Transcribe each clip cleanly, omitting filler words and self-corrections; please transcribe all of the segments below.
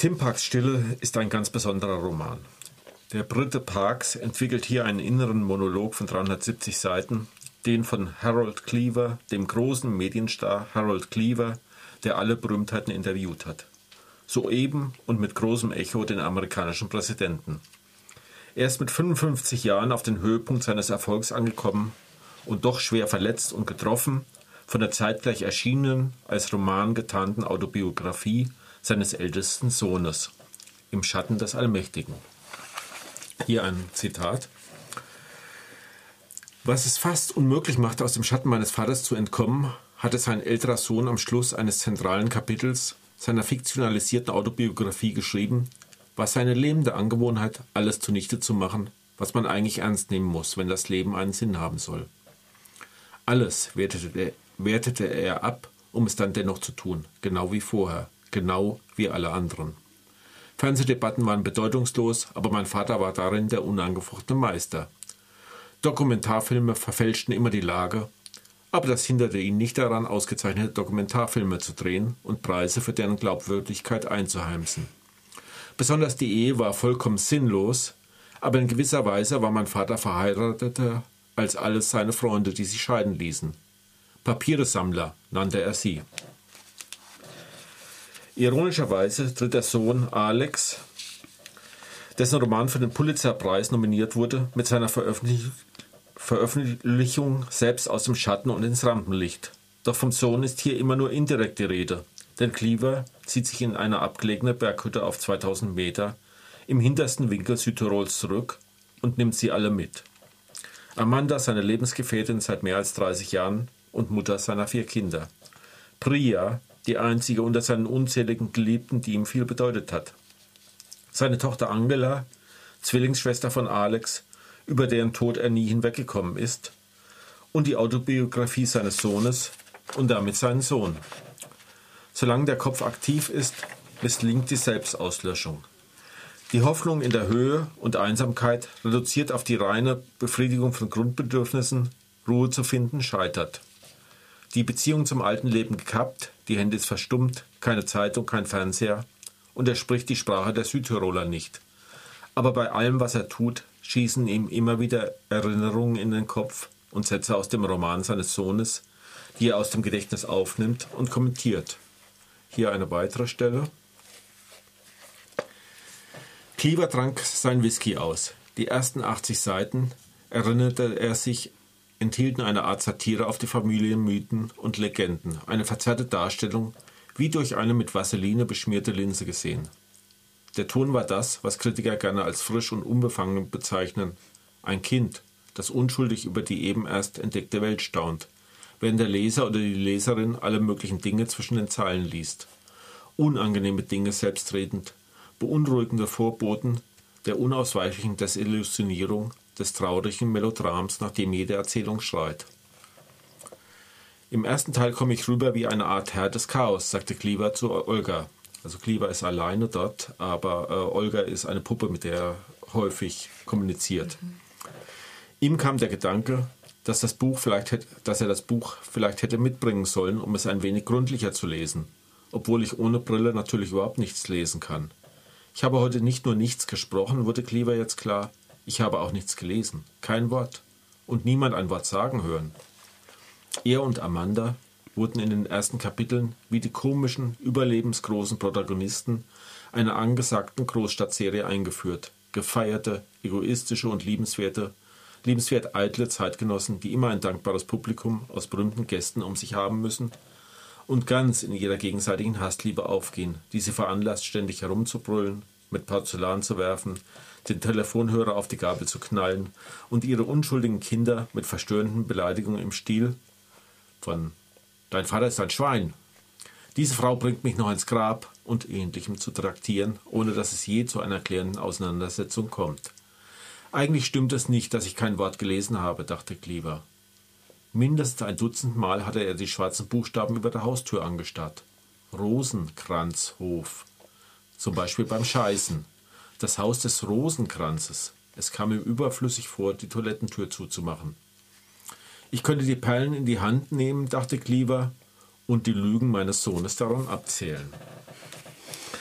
Tim Parks Stille ist ein ganz besonderer Roman. Der Brite Parks entwickelt hier einen inneren Monolog von 370 Seiten, den von Harold Cleaver, dem großen Medienstar Harold Cleaver, der alle Berühmtheiten interviewt hat. Soeben und mit großem Echo den amerikanischen Präsidenten. Er ist mit 55 Jahren auf den Höhepunkt seines Erfolgs angekommen und doch schwer verletzt und getroffen von der zeitgleich erschienenen, als Roman getarnten Autobiografie seines ältesten Sohnes, Im Schatten des Allmächtigen. Hier ein Zitat. Was es fast unmöglich machte, aus dem Schatten meines Vaters zu entkommen, hatte sein älterer Sohn am Schluss eines zentralen Kapitels seiner fiktionalisierten Autobiografie geschrieben, war seine lebende Angewohnheit, alles zunichte zu machen, was man eigentlich ernst nehmen muss, wenn das Leben einen Sinn haben soll. Alles wertete er ab, um es dann dennoch zu tun, genau wie vorher, genau wie alle anderen. Fernsehdebatten waren bedeutungslos, aber mein Vater war darin der unangefochtene Meister. Dokumentarfilme verfälschten immer die Lage, aber das hinderte ihn nicht daran, ausgezeichnete Dokumentarfilme zu drehen und Preise für deren Glaubwürdigkeit einzuheimsen. Besonders die Ehe war vollkommen sinnlos, aber in gewisser Weise war mein Vater verheirateter als alle seine Freunde, die sich scheiden ließen. Papieresammler nannte er sie. Ironischerweise tritt der Sohn Alex, dessen Roman für den Pulitzer-Preis nominiert wurde, mit seiner Veröffentlichung selbst aus dem Schatten und ins Rampenlicht. Doch vom Sohn ist hier immer nur indirekt die Rede, denn Cleaver zieht sich in eine abgelegene Berghütte auf 2000 Meter im hintersten Winkel Südtirols zurück und nimmt sie alle mit. Amanda, seine Lebensgefährtin seit mehr als 30 Jahren und Mutter seiner 4 Kinder. Priya, die einzige unter seinen unzähligen Geliebten, die ihm viel bedeutet hat. Seine Tochter Angela, Zwillingsschwester von Alex, über deren Tod er nie hinweggekommen ist, und die Autobiografie seines Sohnes und damit seinen Sohn. Solange der Kopf aktiv ist, misslingt die Selbstauslöschung. Die Hoffnung in der Höhe und Einsamkeit, reduziert auf die reine Befriedigung von Grundbedürfnissen, Ruhe zu finden, scheitert. Die Beziehung zum alten Leben gekappt, die Hände ist verstummt, keine Zeitung, kein Fernseher, und er spricht die Sprache der Südtiroler nicht. Aber bei allem, was er tut, schießen ihm immer wieder Erinnerungen in den Kopf und Sätze aus dem Roman seines Sohnes, die er aus dem Gedächtnis aufnimmt und kommentiert. Hier eine weitere Stelle. Cleaver trank sein Whisky aus. Die ersten 80 Seiten, erinnerte er sich, enthielten eine Art Satire auf die Familienmythen und Legenden, eine verzerrte Darstellung, wie durch eine mit Vaseline beschmierte Linse gesehen. Der Ton war das, was Kritiker gerne als frisch und unbefangen bezeichnen, ein Kind, das unschuldig über die eben erst entdeckte Welt staunt, während der Leser oder die Leserin alle möglichen Dinge zwischen den Zeilen liest. Unangenehme Dinge selbstredend, beunruhigende Vorboten der unausweichlichen Desillusionierung, des traurigen Melodrams, nach dem jede Erzählung schreit. Im ersten Teil komme ich rüber wie eine Art Herr des Chaos, sagte Cleaver zu Olga. Also Cleaver ist alleine dort, aber Olga ist eine Puppe, mit der er häufig kommuniziert. Ihm kam der Gedanke, dass er das Buch vielleicht hätte mitbringen sollen, um es ein wenig gründlicher zu lesen, obwohl ich ohne Brille natürlich überhaupt nichts lesen kann. Ich habe heute nicht nur nichts gesprochen, wurde Cleaver jetzt klar, ich habe auch nichts gelesen, kein Wort und niemand ein Wort sagen hören. Er und Amanda wurden in den ersten Kapiteln wie die komischen, überlebensgroßen Protagonisten einer angesagten Großstadtserie eingeführt. Gefeierte, egoistische und liebenswert eitle Zeitgenossen, die immer ein dankbares Publikum aus berühmten Gästen um sich haben müssen und ganz in ihrer gegenseitigen Hassliebe aufgehen, die sie veranlasst, ständig herumzubrüllen, mit Porzellan zu werfen, den Telefonhörer auf die Gabel zu knallen und ihre unschuldigen Kinder mit verstörenden Beleidigungen im Stil von »Dein Vater ist ein Schwein«, »Diese Frau bringt mich noch ins Grab« und Ähnlichem zu traktieren, ohne dass es je zu einer klärenden Auseinandersetzung kommt. Eigentlich stimmt es nicht, dass ich kein Wort gelesen habe, dachte Cleaver. Mindestens ein Dutzend Mal hatte er die schwarzen Buchstaben über der Haustür angestarrt. Rosenkranzhof. Zum Beispiel beim Scheißen. Das Haus des Rosenkranzes. Es kam ihm überflüssig vor, die Toilettentür zuzumachen. Ich könnte die Perlen in die Hand nehmen, dachte Cleaver, und die Lügen meines Sohnes daran abzählen.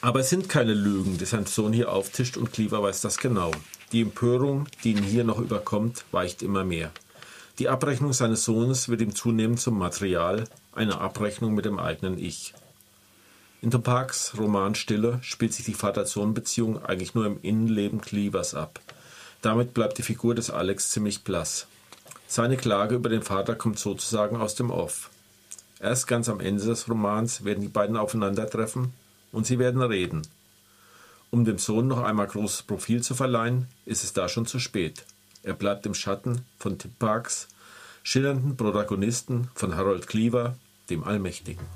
Aber es sind keine Lügen, die sein Sohn hier auftischt, und Cleaver weiß das genau. Die Empörung, die ihn hier noch überkommt, weicht immer mehr. Die Abrechnung seines Sohnes wird ihm zunehmend zum Material, eine Abrechnung mit dem eigenen Ich. In Tom Parks Roman Stille spielt sich die Vater-Sohn-Beziehung eigentlich nur im Innenleben Cleavers ab. Damit bleibt die Figur des Alex ziemlich blass. Seine Klage über den Vater kommt sozusagen aus dem Off. Erst ganz am Ende des Romans werden die beiden aufeinandertreffen und sie werden reden. Um dem Sohn noch einmal großes Profil zu verleihen, ist es da schon zu spät. Er bleibt im Schatten von Tim Parks schillernden Protagonisten, von Harold Cleaver, dem Allmächtigen.